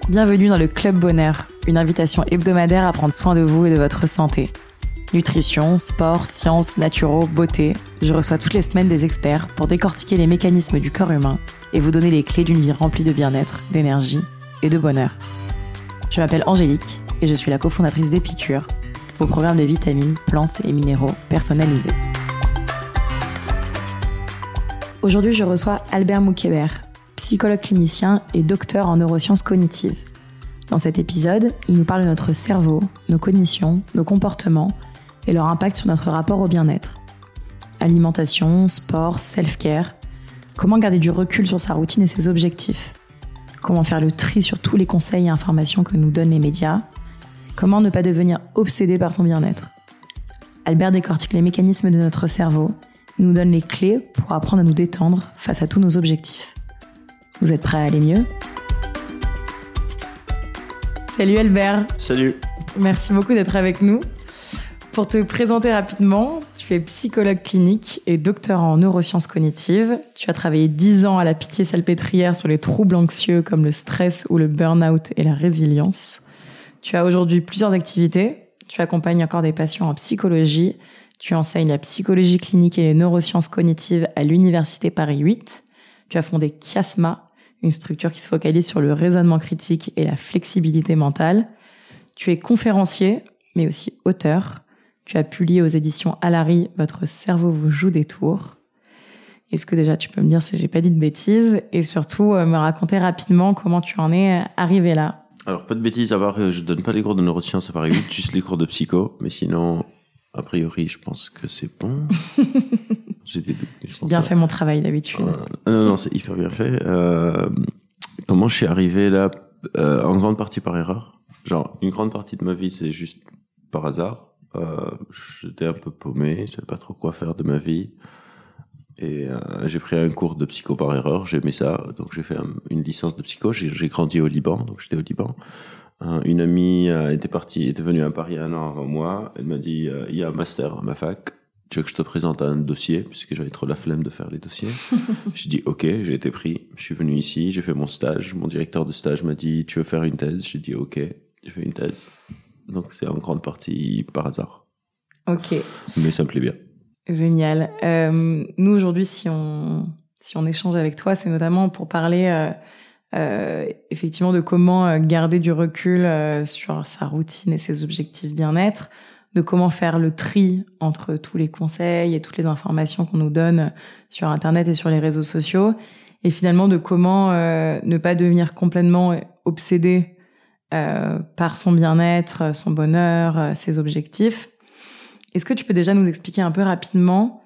Bienvenue dans le Club Bonheur, une invitation hebdomadaire à prendre soin de vous et de votre santé. Nutrition, sport, sciences, naturaux, beauté, je reçois toutes les semaines des experts pour décortiquer les mécanismes du corps humain et vous donner les clés d'une vie remplie de bien-être, d'énergie et de bonheur. Je m'appelle Angélique et je suis la cofondatrice d'Épicure, vos programmes de vitamines, plantes et minéraux personnalisés. Aujourd'hui, je reçois Albert Moukébert, psychologue clinicien et docteur en neurosciences cognitives. Dans cet épisode, il nous parle de notre cerveau, nos cognitions, nos comportements et leur impact sur notre rapport au bien-être. Alimentation, sport, self-care, comment garder du recul sur sa routine et ses objectifs, comment faire le tri sur tous les conseils et informations que nous donnent les médias, comment ne pas devenir obsédé par son bien-être. Albert décortique les mécanismes de notre cerveau et nous donne les clés pour apprendre à nous détendre face à tous nos objectifs. Vous êtes prêts à aller mieux ? Salut Albert. Salut. Merci beaucoup d'être avec nous. Pour te présenter rapidement, tu es psychologue clinique et docteur en neurosciences cognitives. Tu as travaillé 10 ans à la Pitié-Salpêtrière sur les troubles anxieux comme le stress ou le burn-out et la résilience. Tu as aujourd'hui plusieurs activités. Tu accompagnes encore des patients en psychologie. Tu enseignes la psychologie clinique et les neurosciences cognitives à l'Université Paris 8. Tu as fondé Chiasma, une structure qui se focalise sur le raisonnement critique et la flexibilité mentale. Tu es conférencier, mais aussi auteur. Tu as publié aux éditions Alary « Votre cerveau vous joue des tours ». Est-ce que déjà tu peux me dire si j'ai pas dit de bêtises et surtout me raconter rapidement comment tu en es arrivé là ? Alors, pas de bêtises, à part je donne pas les cours de neurosciences à Paris 8, juste les cours de psycho, mais sinon, a priori, je pense que c'est bon. J'ai bien fait mon travail d'habitude. Non, c'est hyper bien fait. Comment je suis arrivé là en grande partie par erreur. Genre, une grande partie de ma vie, c'est juste par hasard. J'étais un peu paumé, je savais pas trop quoi faire de ma vie. Et j'ai pris un cours de psycho par erreur, j'ai aimé ça. Donc j'ai fait une licence de psycho, j'ai grandi au Liban, donc j'étais au Liban. Une amie était venue à Paris 1 an avant moi. Elle m'a dit, il y a un master à ma fac. Tu veux que je te présente un dossier, puisque j'avais trop la flemme de faire les dossiers. J'ai dit ok, j'ai été pris. Je suis venu ici, j'ai fait mon stage. Mon directeur de stage m'a dit, tu veux faire une thèse ? J'ai dit ok, j'ai fait une thèse. Donc c'est en grande partie par hasard. Ok. Mais ça me plaît bien. Génial. Nous aujourd'hui, si on échange avec toi, c'est notamment pour parler effectivement de comment garder du recul sur sa routine et ses objectifs bien-être, de comment faire le tri entre tous les conseils et toutes les informations qu'on nous donne sur Internet et sur les réseaux sociaux, et finalement de comment ne pas devenir complètement obsédé par son bien-être, son bonheur, ses objectifs. Est-ce que tu peux déjà nous expliquer un peu rapidement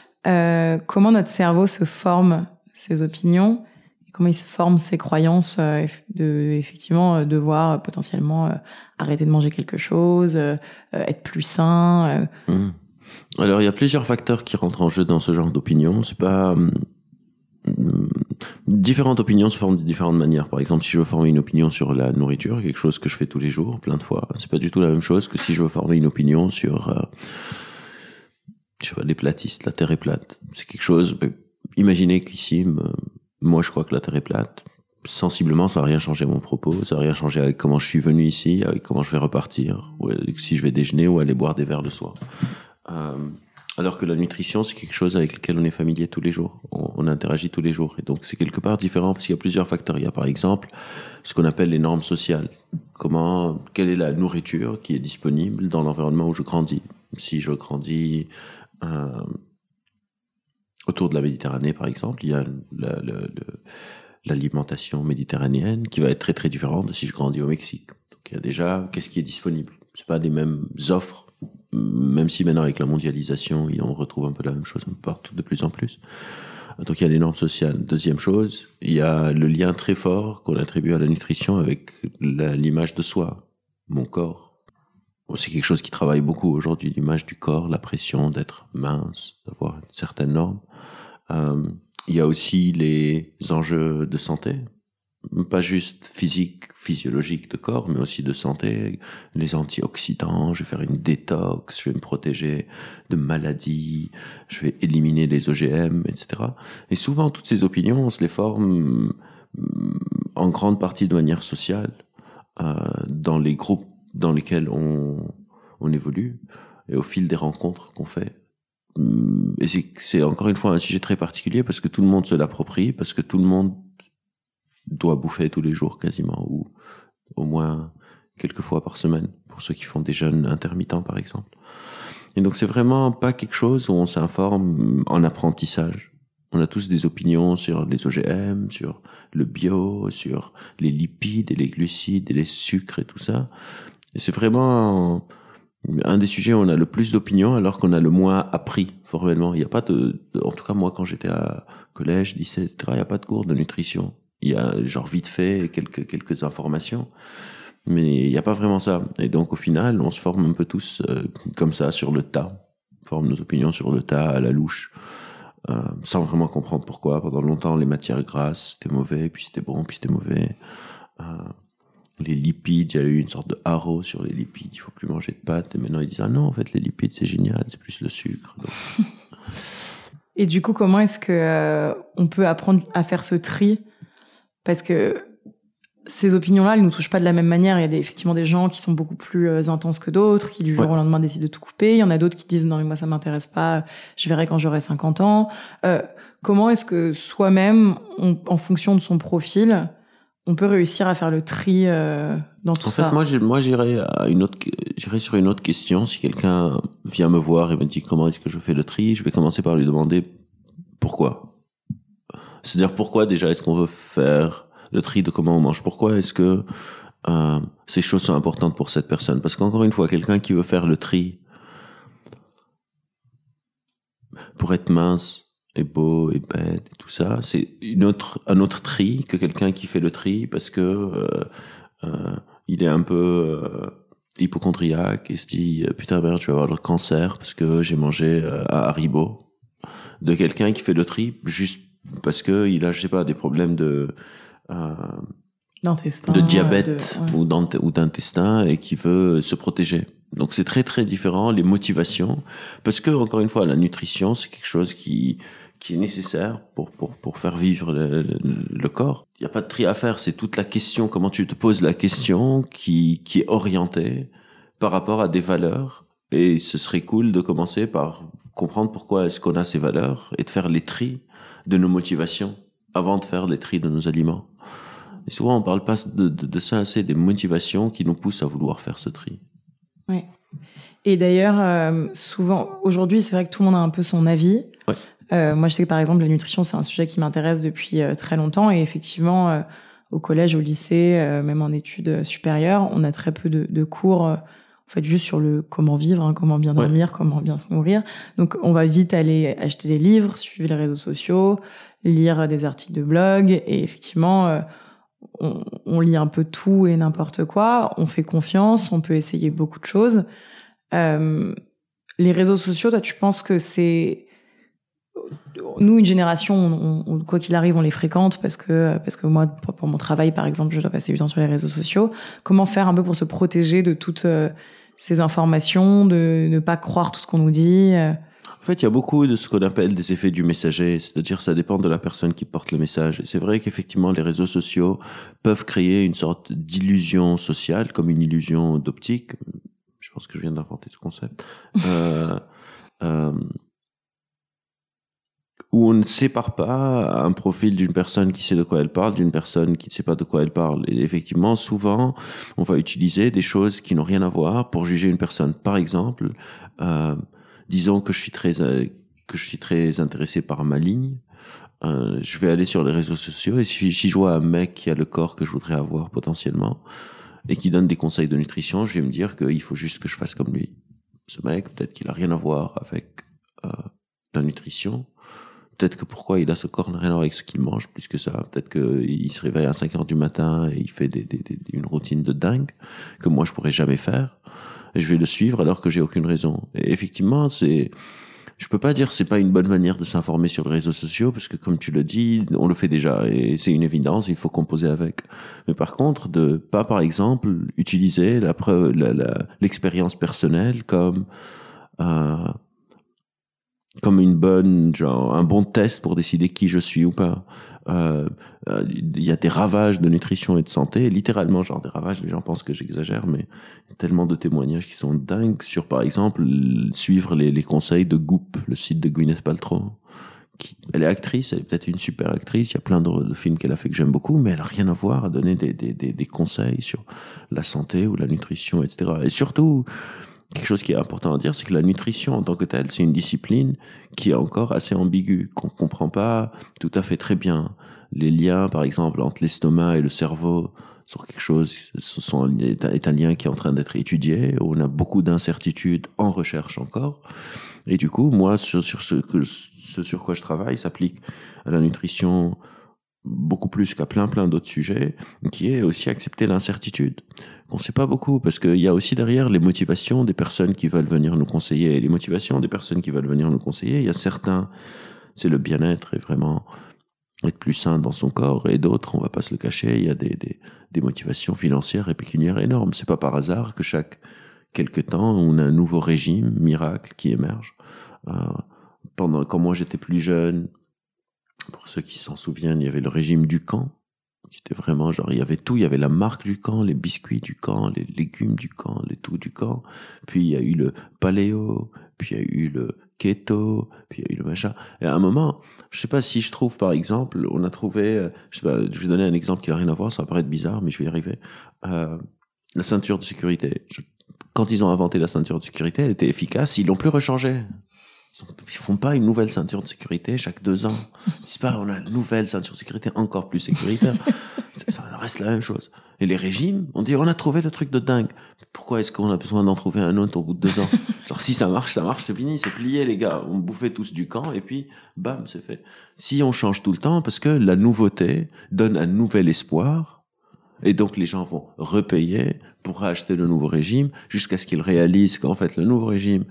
comment notre cerveau se forme ses opinions, comment il se forme ses croyances effectivement devoir potentiellement arrêter de manger quelque chose, être plus sain. Alors il y a plusieurs facteurs qui rentrent en jeu dans ce genre d'opinion. C'est pas différentes opinions se forment de différentes manières. Par exemple, si je veux former une opinion sur la nourriture, quelque chose que je fais tous les jours, plein de fois, c'est pas du tout la même chose que si je veux former une opinion sur je sais pas, les platistes, la Terre est plate. C'est quelque chose. Imaginez qu'ici moi, je crois que la Terre est plate. Sensiblement, ça n'a rien changé à mon propos. Ça n'a rien changé avec comment je suis venu ici, avec comment je vais repartir, ou si je vais déjeuner ou aller boire des verres le soir. Alors que la nutrition, c'est quelque chose avec lequel on est familier tous les jours. On interagit tous les jours. Et donc, c'est quelque part différent parce qu'il y a plusieurs facteurs. Il y a, par exemple, ce qu'on appelle les normes sociales. Quelle est la nourriture qui est disponible dans l'environnement où je grandis? Si je grandis autour de la Méditerranée, par exemple, il y a l'alimentation méditerranéenne qui va être très très différente de si je grandis au Mexique. Donc il y a déjà qu'est-ce qui est disponible. C'est pas les mêmes offres, même si maintenant avec la mondialisation, on retrouve un peu la même chose partout de plus en plus. Donc il y a les normes sociales. Deuxième chose, il y a le lien très fort qu'on attribue à la nutrition avec l'image de soi, mon corps. C'est quelque chose qui travaille beaucoup aujourd'hui, l'image du corps, la pression d'être mince, d'avoir une certaine norme. Il y a aussi les enjeux de santé, pas juste physique, physiologique de corps, mais aussi de santé, les antioxydants, je vais faire une détox, je vais me protéger de maladies, je vais éliminer les OGM, etc. Et souvent, toutes ces opinions, on se les forme en grande partie de manière sociale. dans les groupes dans lesquels on évolue et au fil des rencontres qu'on fait. Et c'est encore une fois un sujet très particulier parce que tout le monde se l'approprie, parce que tout le monde doit bouffer tous les jours quasiment, ou au moins quelques fois par semaine, pour ceux qui font des jeûnes intermittents par exemple. Et donc c'est vraiment pas quelque chose où on s'informe en apprentissage. On a tous des opinions sur les OGM, sur le bio, sur les lipides et les glucides et les sucres et tout ça. Et c'est vraiment un des sujets où on a le plus d'opinions alors qu'on a le moins appris formellement. Il n'y a pas en tout cas moi quand j'étais à collège, lycée, etc., il n'y a pas de cours de nutrition. Il y a genre vite fait quelques informations, mais il n'y a pas vraiment ça. Et donc au final, on se forme un peu tous comme ça sur le tas. On forme nos opinions sur le tas, à la louche, sans vraiment comprendre pourquoi. Pendant longtemps, les matières grasses, c'était mauvais, puis c'était bon, puis c'était mauvais. Les lipides, il y a eu une sorte de haro sur les lipides, il faut plus manger de pâtes. Et maintenant, ils disent, ah non, en fait, les lipides, c'est génial, c'est plus le sucre. Donc... Et du coup, comment est-ce que on peut apprendre à faire ce tri? Parce que ces opinions-là, elles nous touchent pas de la même manière. Il y a effectivement des gens qui sont beaucoup plus intenses que d'autres, qui du jour au lendemain décident de tout couper. Il y en a d'autres qui disent, non, mais moi, ça m'intéresse pas, je verrai quand j'aurai 50 ans. Comment est-ce que soi-même, en fonction de son profil, on peut réussir à faire le tri dans tout ça? En fait, moi, j'irais sur une autre question. Si quelqu'un vient me voir et me dit comment est-ce que je fais le tri, je vais commencer par lui demander pourquoi. C'est-à-dire pourquoi déjà est-ce qu'on veut faire le tri de comment on mange? Pourquoi est-ce que ces choses sont importantes pour cette personne? Parce qu'encore une fois, quelqu'un qui veut faire le tri pour être mince et beau et belle et tout ça, c'est un autre tri que quelqu'un qui fait le tri parce que il est un peu hypocondriaque et se dit putain merde, je vais avoir le cancer parce que j'ai mangé à Haribo. De quelqu'un qui fait le tri juste parce que il a, je sais pas, des problèmes d'intestin, de diabète ou d'intestin et qui veut se protéger. Donc c'est très très différent les motivations, parce que encore une fois la nutrition c'est quelque chose qui est nécessaire pour faire vivre le corps. Il n'y a pas de tri à faire, c'est toute la question, comment tu te poses la question qui est orientée par rapport à des valeurs. Et ce serait cool de commencer par comprendre pourquoi est-ce qu'on a ces valeurs et de faire les tris de nos motivations avant de faire les tris de nos aliments. Et souvent on parle pas de ça assez, des motivations qui nous poussent à vouloir faire ce tri. Oui. Et d'ailleurs, souvent, aujourd'hui, c'est vrai que tout le monde a un peu son avis. Ouais. Moi, je sais que par exemple, la nutrition, c'est un sujet qui m'intéresse depuis très longtemps. Et effectivement, au collège, au lycée, même en études supérieures, on a très peu de cours, en fait, juste sur le comment vivre, hein, comment bien dormir, comment bien se nourrir. Donc, on va vite aller acheter des livres, suivre les réseaux sociaux, lire des articles de blog. Et effectivement, on lit un peu tout et n'importe quoi. On fait confiance, on peut essayer beaucoup de choses. Les réseaux sociaux, toi, tu penses que c'est... Nous, une génération, quoi qu'il arrive, on les fréquente parce que moi, pour mon travail, par exemple, je dois passer du temps sur les réseaux sociaux. Comment faire un peu pour se protéger de toutes ces informations, de ne pas croire tout ce qu'on nous dit? En fait, il y a beaucoup de ce qu'on appelle des effets du messager, c'est-à-dire ça dépend de la personne qui porte le message. Et c'est vrai qu'effectivement, les réseaux sociaux peuvent créer une sorte d'illusion sociale, comme une illusion d'optique. Je pense que je viens d'inventer ce concept. Où on ne sépare pas un profil d'une personne qui sait de quoi elle parle d'une personne qui ne sait pas de quoi elle parle. Et effectivement, souvent, on va utiliser des choses qui n'ont rien à voir pour juger une personne. Par exemple, disons que je suis très intéressé par ma ligne. Je vais aller sur les réseaux sociaux et si je vois un mec qui a le corps que je voudrais avoir potentiellement et qui donne des conseils de nutrition, je vais me dire qu'il faut juste que je fasse comme lui. Ce mec, peut-être qu'il a rien à voir avec la nutrition. Peut-être que pourquoi il a ce corps n'a rien à voir avec ce qu'il mange plus que ça. Peut-être qu'il se réveille à 5 heures du matin et il fait une routine de dingue que moi je pourrais jamais faire. Et je vais le suivre alors que j'ai aucune raison. Et effectivement, je peux pas dire que c'est pas une bonne manière de s'informer sur les réseaux sociaux parce que comme tu le dis, on le fait déjà et c'est une évidence, il faut composer avec. Mais par contre, de pas par exemple utiliser l'expérience personnelle comme comme un bon test pour décider qui je suis ou pas. Il y a des ravages de nutrition et de santé, littéralement des ravages, les gens pensent que j'exagère, mais il y a tellement de témoignages qui sont dingues sur, par exemple, suivre les conseils de Goop, le site de Gwyneth Paltrow. Elle est actrice, elle est peut-être une super actrice, il y a plein de films qu'elle a fait que j'aime beaucoup, mais elle a rien à voir à donner des conseils sur la santé ou la nutrition, etc. Et surtout, quelque chose qui est important à dire, c'est que la nutrition en tant que telle, c'est une discipline qui est encore assez ambiguë, qu'on comprend pas tout à fait très bien. Les liens, par exemple, entre l'estomac et le cerveau sur quelque chose, est un lien qui est en train d'être étudié. On a beaucoup d'incertitudes en recherche encore. Et du coup, moi, ce sur quoi je travaille s'applique à la nutrition beaucoup plus qu'à plein d'autres sujets, qui est aussi accepter l'incertitude. On sait pas beaucoup, parce qu'il y a aussi derrière les motivations des personnes qui veulent venir nous conseiller. Et les motivations des personnes qui veulent venir nous conseiller, il y a certains, c'est le bien-être et vraiment être plus sain dans son corps, et d'autres, on va pas se le cacher, il y a des motivations financières et pécuniaires énormes. C'est pas par hasard que chaque quelque temps, on a un nouveau régime miracle qui émerge. Quand moi j'étais plus jeune, pour ceux qui s'en souviennent, il y avait le régime du camp, qui était vraiment il y avait tout, il y avait la marque du camp, les biscuits du camp, les légumes du camp, les tout du camp. Puis il y a eu le paléo, puis il y a eu le keto, puis il y a eu le machin. Et à un moment, je sais pas si je trouve, par exemple, on a trouvé, je sais pas, je vais donner un exemple qui n'a rien à voir, ça va paraître bizarre, mais je vais y arriver. La ceinture de sécurité. Quand ils ont inventé la ceinture de sécurité, elle était efficace, ils l'ont plus rechangée. Ils font pas une nouvelle ceinture de sécurité chaque 2 ans. Ils disent pas, on a une nouvelle ceinture de sécurité encore plus sécuritaire. Ça reste la même chose. Et les régimes, on dit, on a trouvé le truc de dingue. Pourquoi est-ce qu'on a besoin d'en trouver un autre au bout de 2 ans? Si ça marche, c'est fini, c'est plié, les gars. On bouffait tous du camp, et puis, bam, c'est fait. Si on change tout le temps, parce que la nouveauté donne un nouvel espoir, et donc les gens vont repayer pour acheter le nouveau régime, jusqu'à ce qu'ils réalisent qu'en fait, le nouveau régime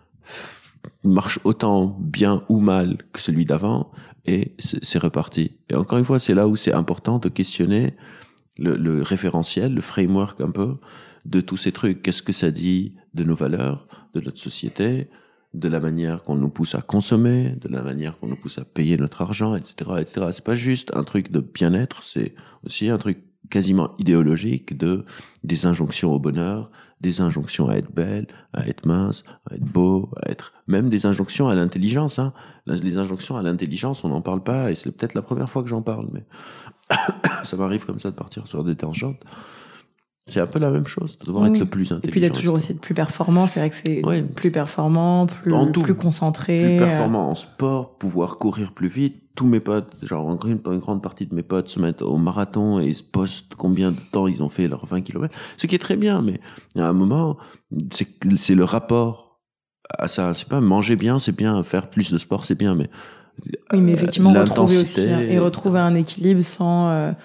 marche autant bien ou mal que celui d'avant, et c'est reparti. Et encore une fois, c'est là où c'est important de questionner le référentiel, le framework un peu de tous ces trucs. Qu'est-ce que ça dit de nos valeurs, de notre société, de la manière qu'on nous pousse à consommer, de la manière qu'on nous pousse à payer notre argent, etc., etc. C'est pas juste un truc de bien-être, c'est aussi un truc quasiment idéologique des injonctions au bonheur, des injonctions à être belle, à être mince, à être beau, même des injonctions à l'intelligence, hein. Les injonctions à l'intelligence, on n'en parle pas, et c'est peut-être la première fois que j'en parle, mais ça m'arrive comme ça de partir sur des tangentes. C'est un peu la même chose, de devoir être le plus intelligent. Et puis d'être toujours aussi plus performant, c'est vrai que c'est plus performant, plus concentré. Plus performant en sport, pouvoir courir plus vite. Tous mes potes, une grande partie de mes potes se mettent au marathon et se postent combien de temps ils ont fait leurs 20 km. Ce qui est très bien, mais à un moment, c'est le rapport à ça. C'est pas manger bien, c'est bien, faire plus de sport, c'est bien, mais oui, mais effectivement, retrouver aussi et retrouver un équilibre sans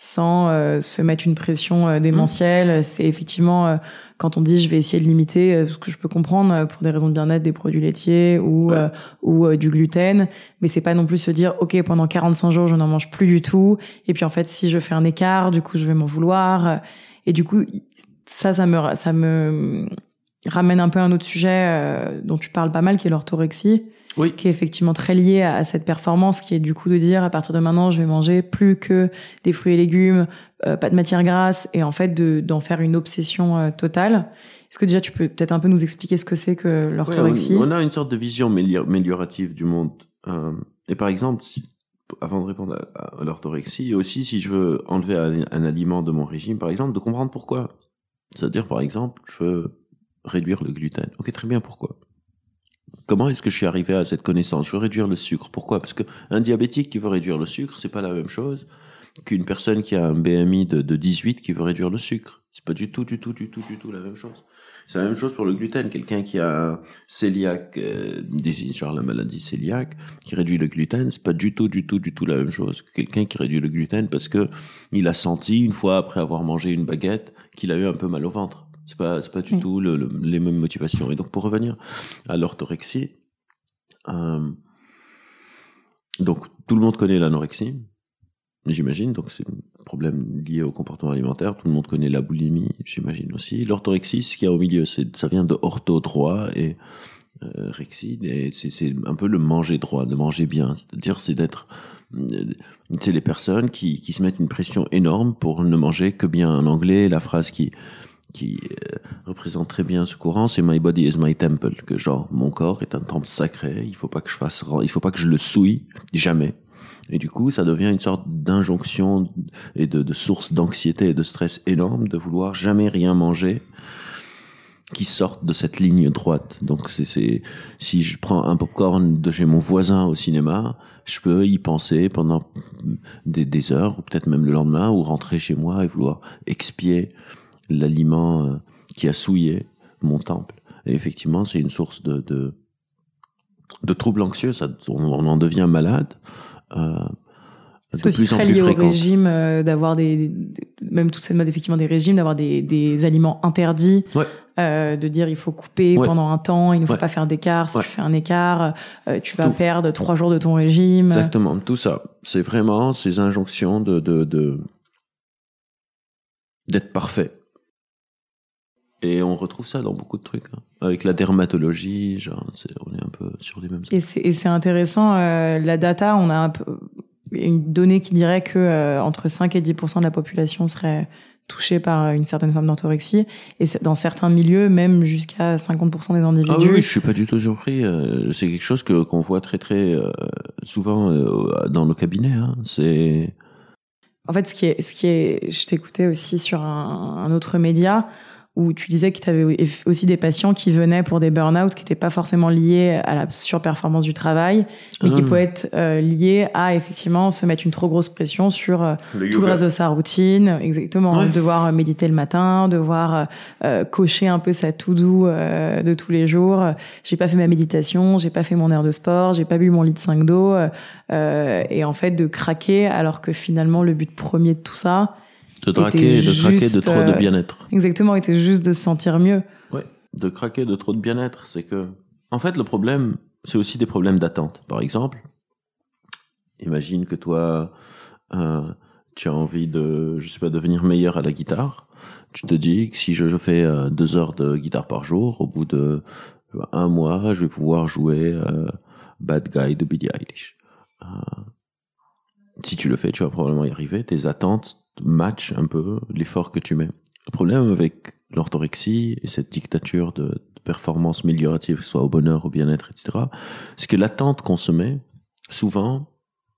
se mettre une pression démentielle. C'est effectivement, quand on dit je vais essayer de limiter ce que je peux comprendre pour des raisons de bien-être, des produits laitiers ou du gluten, mais c'est pas non plus se dire ok, pendant 45 jours je n'en mange plus du tout, et puis en fait si je fais un écart, du coup je vais m'en vouloir, et du coup ça me ramène un peu à un autre sujet dont tu parles pas mal, qui est l'orthorexie. Oui. Qui est effectivement très lié à cette performance, qui est du coup de dire à partir de maintenant je vais manger plus que des fruits et légumes, pas de matière grasse, et en fait d'en faire une obsession totale. Est-ce que déjà tu peux peut-être un peu nous expliquer ce que c'est que l'orthorexie? On a une sorte de vision améliorative du monde, et par exemple, avant de répondre à l'orthorexie, aussi si je veux enlever un aliment de mon régime, par exemple, de comprendre pourquoi. C'est-à-dire par exemple, je veux réduire le gluten. Ok, très bien, pourquoi? Comment est-ce que je suis arrivé à cette connaissance? Je veux réduire le sucre. Pourquoi? Parce que un diabétique qui veut réduire le sucre, c'est pas la même chose qu'une personne qui a un BMI de 18 qui veut réduire le sucre. C'est pas du tout la même chose. C'est la même chose pour le gluten. Quelqu'un qui a un cœliaque, genre la maladie cœliaque, qui réduit le gluten, c'est pas du tout la même chose que quelqu'un qui réduit le gluten parce que il a senti une fois après avoir mangé une baguette qu'il a eu un peu mal au ventre. C'est pas du tout les mêmes motivations. Et donc, pour revenir à l'orthorexie, donc, tout le monde connaît l'anorexie, j'imagine. Donc, c'est un problème lié au comportement alimentaire. Tout le monde connaît la boulimie, j'imagine aussi. L'orthorexie, ce qu'il y a au milieu, ça vient de ortho, droit, et Rexine, et c'est un peu le manger droit, de manger bien. C'est-à-dire, c'est les personnes qui se mettent une pression énorme pour ne manger que bien. En anglais, la phrase qui représente très bien ce courant, c'est My body is my temple, que genre mon corps est un temple sacré, il faut pas que je le souille jamais. Et du coup, ça devient une sorte d'injonction et de source d'anxiété et de stress énorme de vouloir jamais rien manger qui sortent de cette ligne droite. Donc si je prends un popcorn de chez mon voisin au cinéma, je peux y penser pendant des heures, ou peut-être même le lendemain, ou rentrer chez moi et vouloir expier l'aliment qui a souillé mon temple. Et effectivement, c'est une source de troubles anxieux. On en devient malade. C'est aussi très lié au régime, d'avoir même toute cette mode effectivement des régimes, d'avoir des aliments interdits, de dire il faut couper pendant un temps, il ne faut pas faire d'écart, si tu fais un écart, tu vas perdre 3 jours de ton régime. Exactement, tout ça. C'est vraiment ces injonctions d'être parfait. Et on retrouve ça dans beaucoup de trucs, hein. Avec la dermatologie, on est un peu sur les mêmes choses. Et c'est intéressant, la data, on a un peu une donnée qui dirait que entre 5 et 10% de la population serait touchée par une certaine forme d'orthorexie, et dans certains milieux, même jusqu'à 50% des individus. Ah oui, je suis pas du tout surpris. C'est quelque chose qu'on voit très très souvent dans nos cabinets. Hein. En fait, ce qui est, je t'écoutais aussi sur un autre média, où tu disais que tu avais aussi des patients qui venaient pour des burn-out qui n'étaient pas forcément liés à la surperformance du travail, mais qui pouvaient être liés à effectivement se mettre une trop grosse pression sur tout le reste de sa routine. Exactement. Devoir méditer le matin, devoir cocher un peu sa to-do de tous les jours. J'ai pas fait ma méditation, j'ai pas fait mon heure de sport, j'ai pas bu mon litre 5 d'eau. Et en fait, de craquer, alors que finalement, le but premier de tout ça, de craquer de trop de bien-être. Exactement, était juste de se sentir mieux. Ouais, de craquer de trop de bien-être, c'est que en fait le problème, c'est aussi des problèmes d'attente. Par exemple, imagine que toi tu as envie de devenir meilleur à la guitare. Tu te dis que si je fais 2 heures de guitare par jour, au bout de 1 mois, je vais pouvoir jouer Bad Guy de Billie Eilish. Si tu le fais, tu vas probablement y arriver. Tes attentes matchent un peu l'effort que tu mets. Le problème avec l'orthorexie et cette dictature de performance améliorative, que ce soit au bonheur, au bien-être, etc., c'est que l'attente qu'on se met, souvent,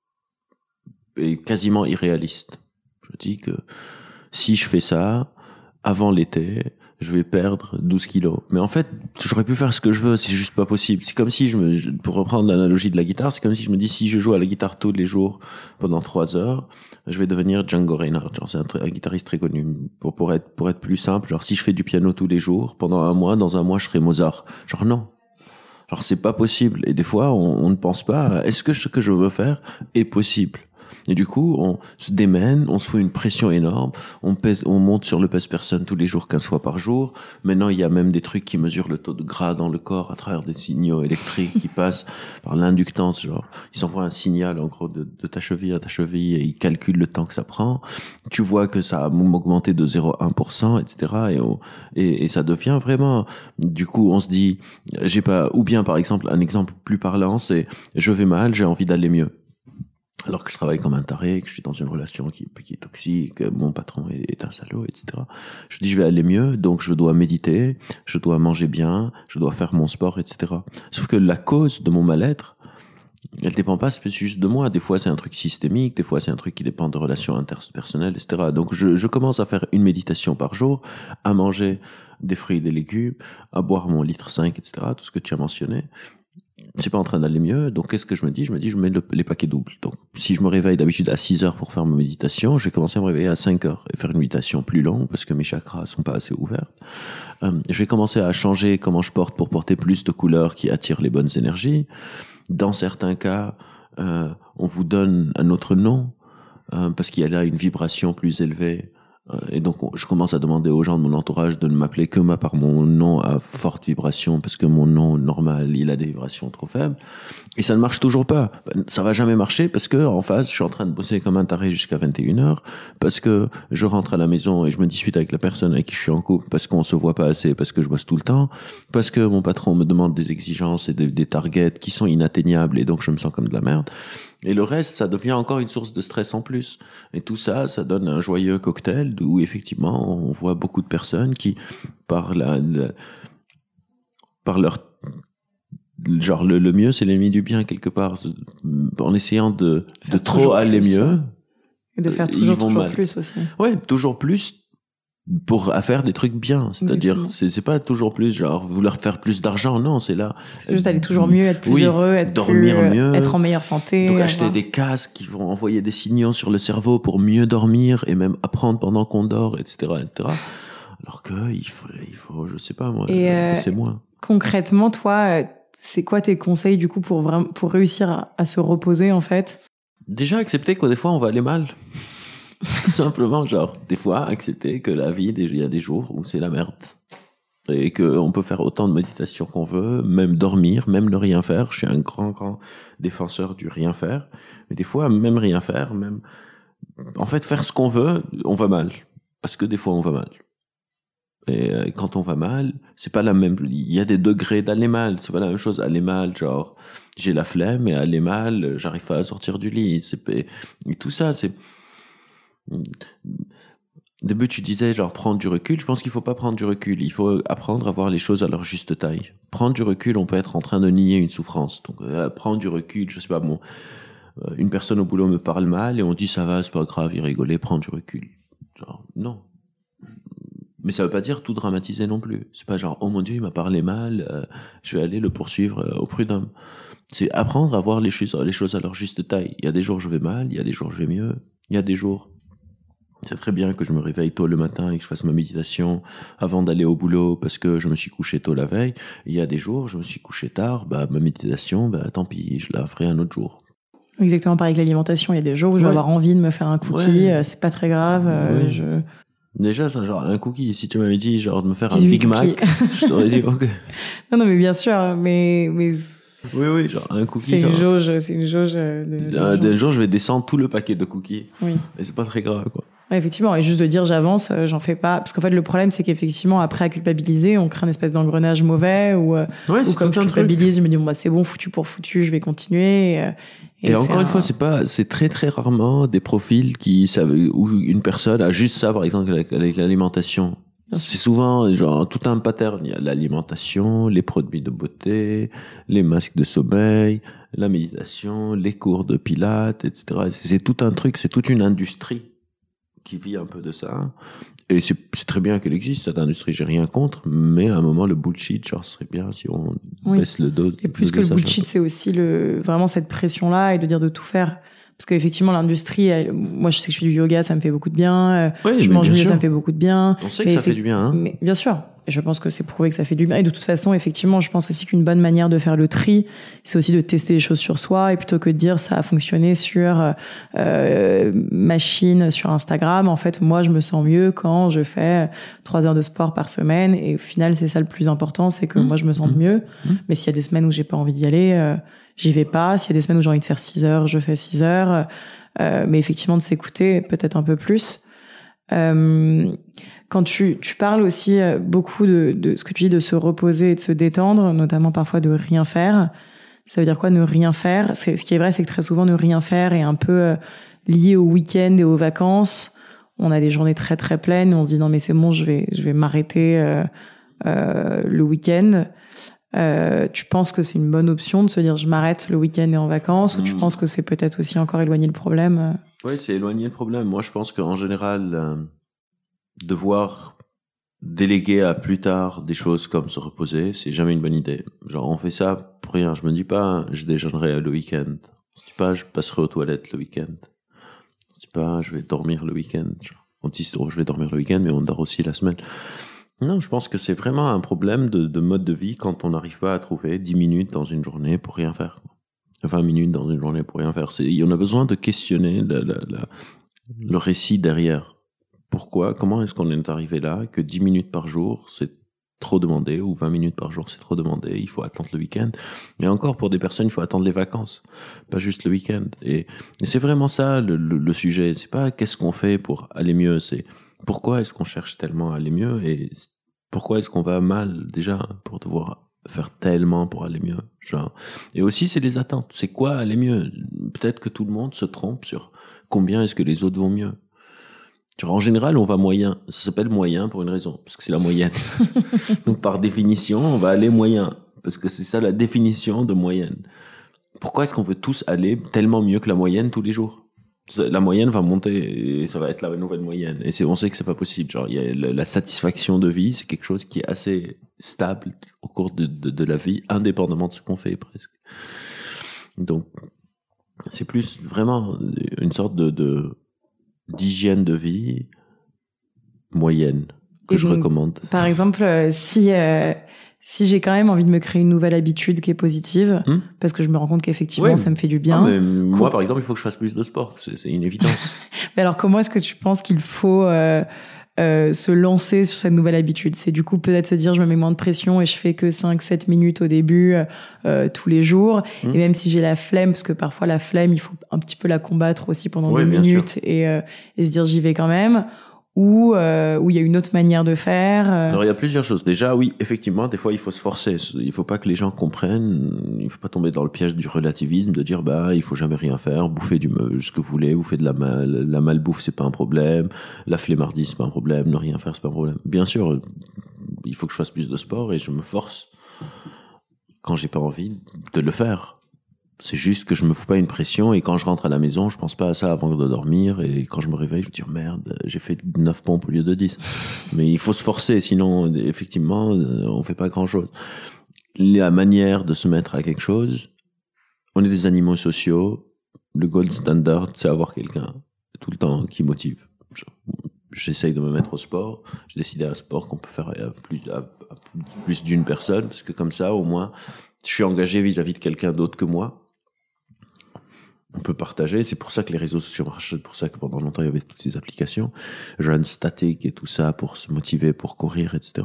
est quasiment irréaliste. Je dis que si je fais ça, avant l'été, je vais perdre 12 kilos. Mais en fait, j'aurais pu faire ce que je veux, c'est juste pas possible. C'est comme si pour reprendre l'analogie de la guitare, c'est comme si je me dis, si je joue à la guitare tous les jours pendant 3 heures, je vais devenir Django Reinhardt. Genre, c'est un guitariste très connu. Pour être plus simple, genre, si je fais du piano tous les jours, pendant 1 mois, dans 1 mois, je serai Mozart. Genre, non. Genre, c'est pas possible. Et des fois, on ne pense pas, est-ce que ce que je veux faire est possible? Et du coup, on se démène, on se fout une pression énorme, on monte sur le pèse-personne tous les jours 15 fois par jour. Maintenant, il y a même des trucs qui mesurent le taux de gras dans le corps à travers des signaux électriques qui passent par l'inductance. Genre, ils envoient un signal, en gros, de ta cheville à ta cheville, et ils calculent le temps que ça prend. Tu vois que ça a augmenté de 0,1%, etc. Et ça devient vraiment, du coup, on se dit, ou bien, par exemple, un exemple plus parlant, c'est, je vais mal, j'ai envie d'aller mieux. Alors que je travaille comme un taré, que je suis dans une relation qui est toxique, mon patron est un salaud, etc. Je dis, je vais aller mieux, donc je dois méditer, je dois manger bien, je dois faire mon sport, etc. Sauf que la cause de mon mal-être, elle dépend pas juste de moi. Des fois, c'est un truc systémique, des fois, c'est un truc qui dépend de relations interpersonnelles, etc. Donc, je commence à faire une méditation par jour, à manger des fruits et des légumes, à boire mon litre 5, etc. Tout ce que tu as mentionné. C'est pas en train d'aller mieux, donc qu'est-ce que je me dis? Je mets les paquets doubles. Donc, si je me réveille d'habitude à 6 heures pour faire ma méditation, je vais commencer à me réveiller à 5 heures et faire une méditation plus longue parce que mes chakras sont pas assez ouverts. Je vais commencer à changer comment je porte pour porter plus de couleurs qui attirent les bonnes énergies. Dans certains cas, on vous donne un autre nom parce qu'il y a là une vibration plus élevée Et donc, je commence à demander aux gens de mon entourage de ne m'appeler que par mon nom à forte vibration, parce que mon nom normal, il a des vibrations trop faibles. Et ça ne marche toujours pas. Ça va jamais marcher parce que, en face, je suis en train de bosser comme un taré jusqu'à 21h, parce que je rentre à la maison et je me dispute avec la personne avec qui je suis en couple, parce qu'on se voit pas assez, parce que je bosse tout le temps, parce que mon patron me demande des exigences et des targets qui sont inatteignables et donc je me sens comme de la merde. Et le reste, ça devient encore une source de stress en plus. Et tout ça, ça donne un joyeux cocktail où effectivement, on voit beaucoup de personnes qui, par leur, genre le mieux, c'est l'ennemi du bien quelque part. En essayant de trop aller mieux. Et de faire toujours plus aussi. Ouais, toujours plus. Pour faire des trucs bien, c'est-à-dire c'est pas toujours plus genre vouloir faire plus d'argent, non, c'est là c'est juste aller toujours mieux, être plus heureux, être dormir mieux, être en meilleure santé, donc acheter des casques qui vont envoyer des signaux sur le cerveau pour mieux dormir et même apprendre pendant qu'on dort, etc. Alors que il faut je sais pas moi, c'est moins. Concrètement, toi, c'est quoi tes conseils du coup pour réussir à se reposer en fait? Déjà accepter que des fois on va aller mal. Tout simplement, genre, des fois, accepter que la vie, il y a des jours où c'est la merde. Et qu'on peut faire autant de méditation qu'on veut, même dormir, même ne rien faire. Je suis un grand défenseur du rien faire. Mais des fois, même rien faire, en fait, faire ce qu'on veut, on va mal. Parce que des fois, on va mal. Et quand on va mal, c'est pas la même, il y a des degrés d'aller mal. C'est pas la même chose. Aller mal, genre, j'ai la flemme, et aller mal, j'arrive pas à sortir du lit. Et tout ça, c'est, au début, tu disais genre prendre du recul. Je pense qu'il faut pas prendre du recul. Il faut apprendre à voir les choses à leur juste taille. Prendre du recul, on peut être en train de nier une souffrance. Donc prendre du recul, je sais pas, une personne au boulot me parle mal et on dit ça va, c'est pas grave, il rigolait, prendre du recul. Genre non. Mais ça veut pas dire tout dramatiser non plus. C'est pas genre oh mon Dieu, il m'a parlé mal, je vais aller le poursuivre au prud'homme. C'est apprendre à voir les choses à leur juste taille. Il y a des jours je vais mal, il y a des jours je vais mieux, il y a des jours c'est très bien que je me réveille tôt le matin et que je fasse ma méditation avant d'aller au boulot parce que je me suis couché tôt la veille. Il y a des jours, je me suis couché tard, ma méditation, tant pis, je la ferai un autre jour. Exactement pareil avec l'alimentation. Il y a des jours où je vais avoir envie de me faire un cookie, c'est pas très grave. Déjà, ça, genre, un cookie, si tu m'avais dit, genre, de me faire un Big Mac, je t'aurais dit, ok. Non, mais bien sûr, mais... Oui, genre, un cookie. C'est une jauge. D'un jour, je vais descendre tout le paquet de cookies. Oui. Et c'est pas très grave, quoi. Ouais, effectivement, et juste de dire j'avance, j'en fais pas. Parce qu'en fait, le problème, c'est qu'effectivement, après à culpabiliser, on crée une espèce d'engrenage mauvais ou comme je culpabilise, je me dis, bon, c'est bon, foutu pour foutu, je vais continuer. Et encore une fois, c'est très très rarement des profils qui savent, où une personne a juste ça, par exemple, avec l'alimentation. C'est souvent genre tout un pattern. Il y a l'alimentation, les produits de beauté, les masques de sommeil, la méditation, les cours de pilates, etc. C'est tout un truc, c'est toute une industrie qui vit un peu de ça. Et c'est très bien qu'elle existe, cette industrie, j'ai rien contre, mais à un moment, le bullshit, genre, ce serait bien si on baisse le dos. Et plus que le bullshit, c'est aussi vraiment cette pression-là et de dire de tout faire. Parce qu'effectivement, l'industrie, moi, je sais que je fais du yoga, ça me fait beaucoup de bien. Je mange mieux, ça me fait beaucoup de bien. On sait que ça fait du bien, hein. Mais bien sûr. Je pense que c'est prouvé que ça fait du bien. Et de toute façon, effectivement, je pense aussi qu'une bonne manière de faire le tri, c'est aussi de tester les choses sur soi et plutôt que de dire ça a fonctionné sur machine, sur Instagram. En fait, moi, je me sens mieux quand je fais 3 heures de sport par semaine. Et au final, c'est ça le plus important, c'est que moi, je me sens mieux. Mais s'il y a des semaines où j'ai pas envie d'y aller, j'y vais pas. S'il y a des semaines où j'ai envie de faire 6 heures, je fais 6 heures. Mais effectivement, de s'écouter peut-être un peu plus. Quand tu parles aussi beaucoup de ce que tu dis de se reposer et de se détendre, notamment parfois de rien faire, ça veut dire quoi ne rien faire? Ce qui est vrai, c'est que très souvent ne rien faire est un peu lié au week-end et aux vacances. On a des journées très très pleines, on se dit non mais c'est bon, je vais m'arrêter le week-end. Tu penses que c'est une bonne option de se dire je m'arrête le week-end et en vacances, ou tu penses que c'est peut-être aussi encore éloigner le problème? Oui, c'est éloigner le problème. Moi, je pense qu'en général, devoir déléguer à plus tard des choses comme se reposer, c'est jamais une bonne idée. Genre, on fait ça pour rien. Je me dis pas, je déjeunerai le week-end. Je dis pas, je passerai aux toilettes le week-end. Je dis pas, je vais dormir le week-end. Genre, on dit, oh, je vais dormir le week-end, mais on dort aussi la semaine. Non, je pense que c'est vraiment un problème de mode de vie quand on n'arrive pas à trouver 10 minutes dans une journée pour rien faire. 20 minutes dans une journée pour rien faire. On a besoin de questionner le récit derrière. comment est-ce qu'on est arrivé là, que 10 minutes par jour, c'est trop demandé, ou 20 minutes par jour, c'est trop demandé, il faut attendre le week-end. Et encore, pour des personnes, il faut attendre les vacances, pas juste le week-end. Et c'est vraiment ça, le sujet. C'est pas qu'est-ce qu'on fait pour aller mieux, c'est pourquoi est-ce qu'on cherche tellement à aller mieux, et pourquoi est-ce qu'on va mal, déjà, pour devoir faire tellement pour aller mieux, genre. Et aussi, c'est les attentes. C'est quoi aller mieux? Peut-être que tout le monde se trompe sur combien est-ce que les autres vont mieux. Genre, en général, on va moyen. Ça s'appelle moyen pour une raison, parce que c'est la moyenne. Donc, par définition, on va aller moyen, parce que c'est ça la définition de moyenne. Pourquoi est-ce qu'on veut tous aller tellement mieux que la moyenne tous les jours? La moyenne va monter et ça va être la nouvelle moyenne. Et on sait que c'est pas possible. Genre, il y a la satisfaction de vie, c'est quelque chose qui est assez stable au cours de la vie, indépendamment de ce qu'on fait presque. Donc, c'est plus vraiment une sorte d'hygiène de vie moyenne que je recommande. Par exemple, si j'ai quand même envie de me créer une nouvelle habitude qui est positive, parce que je me rends compte qu'effectivement, ça me fait du bien. Mais moi, par exemple, il faut que je fasse plus de sport. C'est une évidence. Mais alors, comment est-ce que tu penses qu'il faut se lancer sur cette nouvelle habitude? C'est du coup peut-être se dire, je me mets moins de pression et je fais que 5-7 minutes au début, tous les jours. Et même si j'ai la flemme, parce que parfois la flemme, il faut un petit peu la combattre aussi pendant 2 minutes et se dire, j'y vais quand même. Ou il y a une autre manière de faire. Alors il y a plusieurs choses. Déjà, oui, effectivement, des fois il faut se forcer. Il faut pas que les gens comprennent. Il faut pas tomber dans le piège du relativisme de dire il faut jamais rien faire, bouffer ce que vous voulez, vous faites de la malbouffe, c'est pas un problème, la flemmardise c'est pas un problème, ne rien faire c'est pas un problème. Bien sûr, il faut que je fasse plus de sport et je me force quand j'ai pas envie de le faire. C'est juste que je me fous pas une pression et quand je rentre à la maison, je pense pas à ça avant de dormir et quand je me réveille, je me dis merde, j'ai fait 9 pompes au lieu de 10. Mais il faut se forcer, sinon effectivement, on fait pas grand chose. La manière de se mettre à quelque chose, on est des animaux sociaux, le gold standard, c'est avoir quelqu'un tout le temps qui motive. J'essaye de me mettre au sport, j'ai décidé un sport qu'on peut faire à plus d'une personne parce que comme ça, au moins, je suis engagé vis-à-vis de quelqu'un d'autre que moi. On peut partager, c'est pour ça que les réseaux sociaux marchent, c'est pour ça que pendant longtemps il y avait toutes ces applications, Run Static et tout ça pour se motiver, pour courir, etc.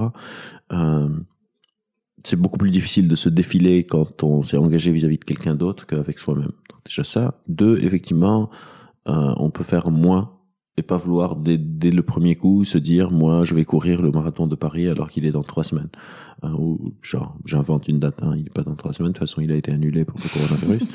C'est beaucoup plus difficile de se défiler quand on s'est engagé vis-à-vis de quelqu'un d'autre qu'avec soi-même. Donc déjà ça. 2, effectivement, on peut faire moins et pas vouloir dès le premier coup se dire moi je vais courir le marathon de Paris alors qu'il est dans 3 semaines. Ou genre j'invente une date, il est pas dans 3 semaines, de toute façon il a été annulé pour le coronavirus.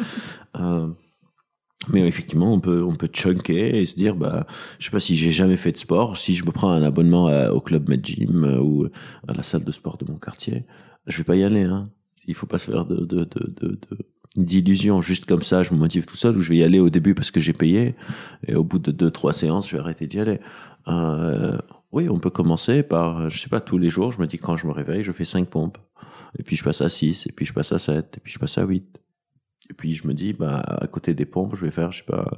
Mais effectivement, on peut chunker et se dire, je sais pas si j'ai jamais fait de sport, si je me prends un abonnement au Club Med Gym ou à la salle de sport de mon quartier, je vais pas y aller, Il faut pas se faire d'illusions. Juste comme ça, je me motive tout seul ou je vais y aller au début parce que j'ai payé et au bout de 2-3 séances, je vais arrêter d'y aller. Oui, on peut commencer par, je sais pas, tous les jours, je me dis quand je me réveille, je fais 5 pompes. Et puis je passe à 6, et puis je passe à 7, et puis je passe à 8. Et puis je me dis, à côté des pompes, je vais faire, je sais pas,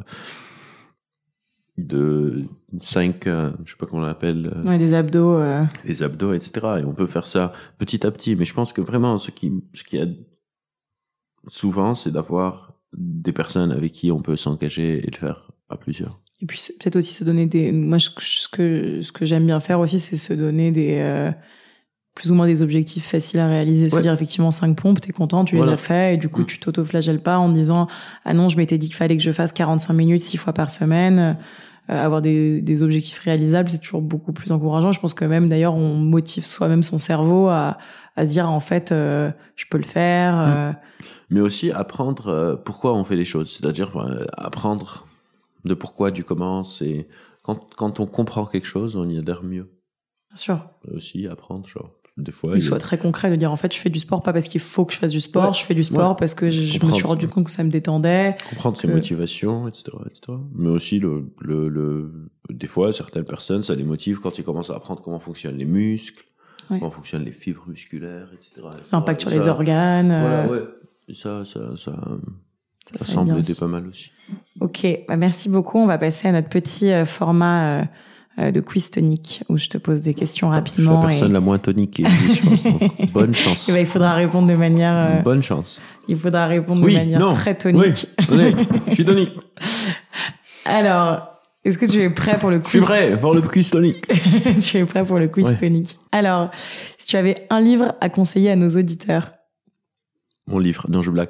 de 5, je sais pas comment on l'appelle. Des abdos. Des abdos, etc. Et on peut faire ça petit à petit. Mais je pense que vraiment, ce qui aide souvent, c'est d'avoir des personnes avec qui on peut s'engager et le faire à plusieurs. Et puis peut-être aussi se donner moi, ce que j'aime bien faire aussi, c'est se donner plus ou moins des objectifs faciles à réaliser. Se dire effectivement 5 pompes, t'es content, tu les as fait et du coup tu t'auto-flagelles pas en disant non, je m'étais dit qu'il fallait que je fasse 45 minutes 6 fois par semaine. Avoir des objectifs réalisables, c'est toujours beaucoup plus encourageant. Je pense que même d'ailleurs on motive soi-même son cerveau à se dire en fait je peux le faire. Mais aussi apprendre pourquoi on fait les choses, c'est-à-dire apprendre de pourquoi, du comment. C'est quand on comprend quelque chose, on y adhère mieux. Bien sûr. Aussi apprendre des fois il soit très concret de dire en fait je fais du sport pas parce qu'il faut que je fasse du sport, je fais du sport parce que je me suis rendu compte que ça me détendait, comprendre ses motivations, etc. Mais aussi des fois certaines personnes ça les motive quand ils commencent à apprendre comment fonctionnent les muscles, comment fonctionnent les fibres musculaires, etc. L'impact sur les organes. Et ça semble aider pas mal aussi. Ok, merci beaucoup. On va passer à notre petit format de quiz tonique où je te pose des questions rapidement. Je suis la personne la moins tonique qui existe, je pense. Donc, bonne chance. Il faudra répondre de manière... bonne chance. Il faudra répondre de manière très tonique. Oui, je suis tonique. Alors, Est-ce que tu es prêt pour le quiz? Je suis prêt pour le quiz tonique. Tu es prêt pour le quiz tonique. Alors, si tu avais un livre à conseiller à nos auditeurs. Mon livre, non, je blague.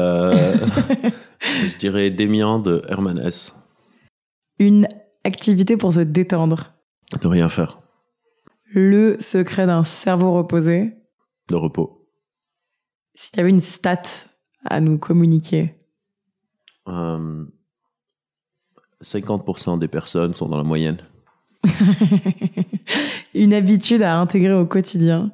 Je dirais Démian de Hermann Hesse. Une activité pour se détendre. Ne rien faire. Le secret d'un cerveau reposé. De repos. Si tu avais une stat à nous communiquer. 50% des personnes sont dans la moyenne. Une habitude à intégrer au quotidien.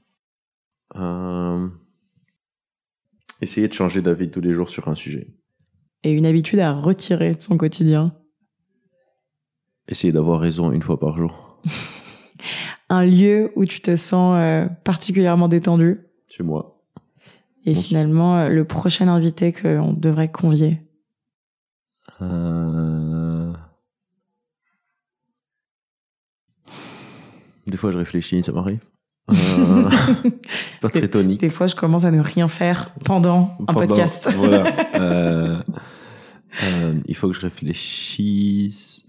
Essayer de changer d'avis tous les jours sur un sujet. Et une habitude à retirer de son quotidien. Essayer d'avoir raison une fois par jour. Un lieu où tu te sens particulièrement détendu. Chez moi. Et finalement, le prochain invité qu'on devrait convier. Des fois, je réfléchis, ça m'arrive. C'est pas très tonique. Des fois, je commence à ne rien faire pendant un podcast. Voilà. Il faut que je réfléchisse.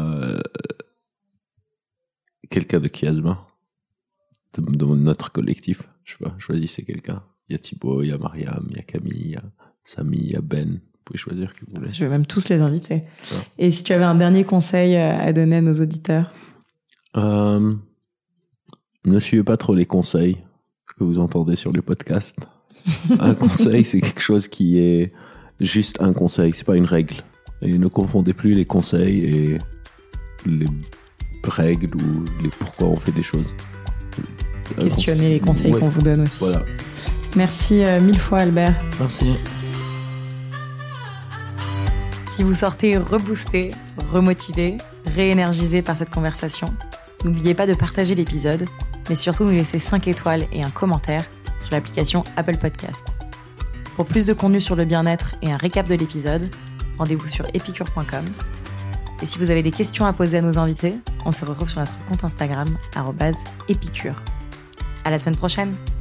Quelqu'un de chiasma, de notre collectif. Je sais pas, choisissez quelqu'un. Il y a Thibaut, il y a Mariam, il y a Camille, il y a Samy, il y a Ben. Vous pouvez choisir qui vous voulez. Je vais même tous les inviter. Ouais. Et si tu avais un dernier conseil à donner à nos auditeurs? Ne suivez pas trop les conseils que vous entendez sur les podcasts. Un conseil, c'est quelque chose qui est juste un conseil, c'est pas une règle. Et ne confondez plus les conseils et les règles ou les pourquoi on fait des choses. Questionnez les conseils qu'on vous donne aussi. Voilà. Merci mille fois, Albert. Merci. Si vous sortez reboosté, remotivé, réénergisé par cette conversation, n'oubliez pas de partager l'épisode, mais surtout nous laisser 5 étoiles et un commentaire sur l'application Apple Podcast. Pour plus de contenu sur le bien-être et un récap de l'épisode, rendez-vous sur epicure.com. Et si vous avez des questions à poser à nos invités, on se retrouve sur notre compte Instagram @epicure. À la semaine prochaine.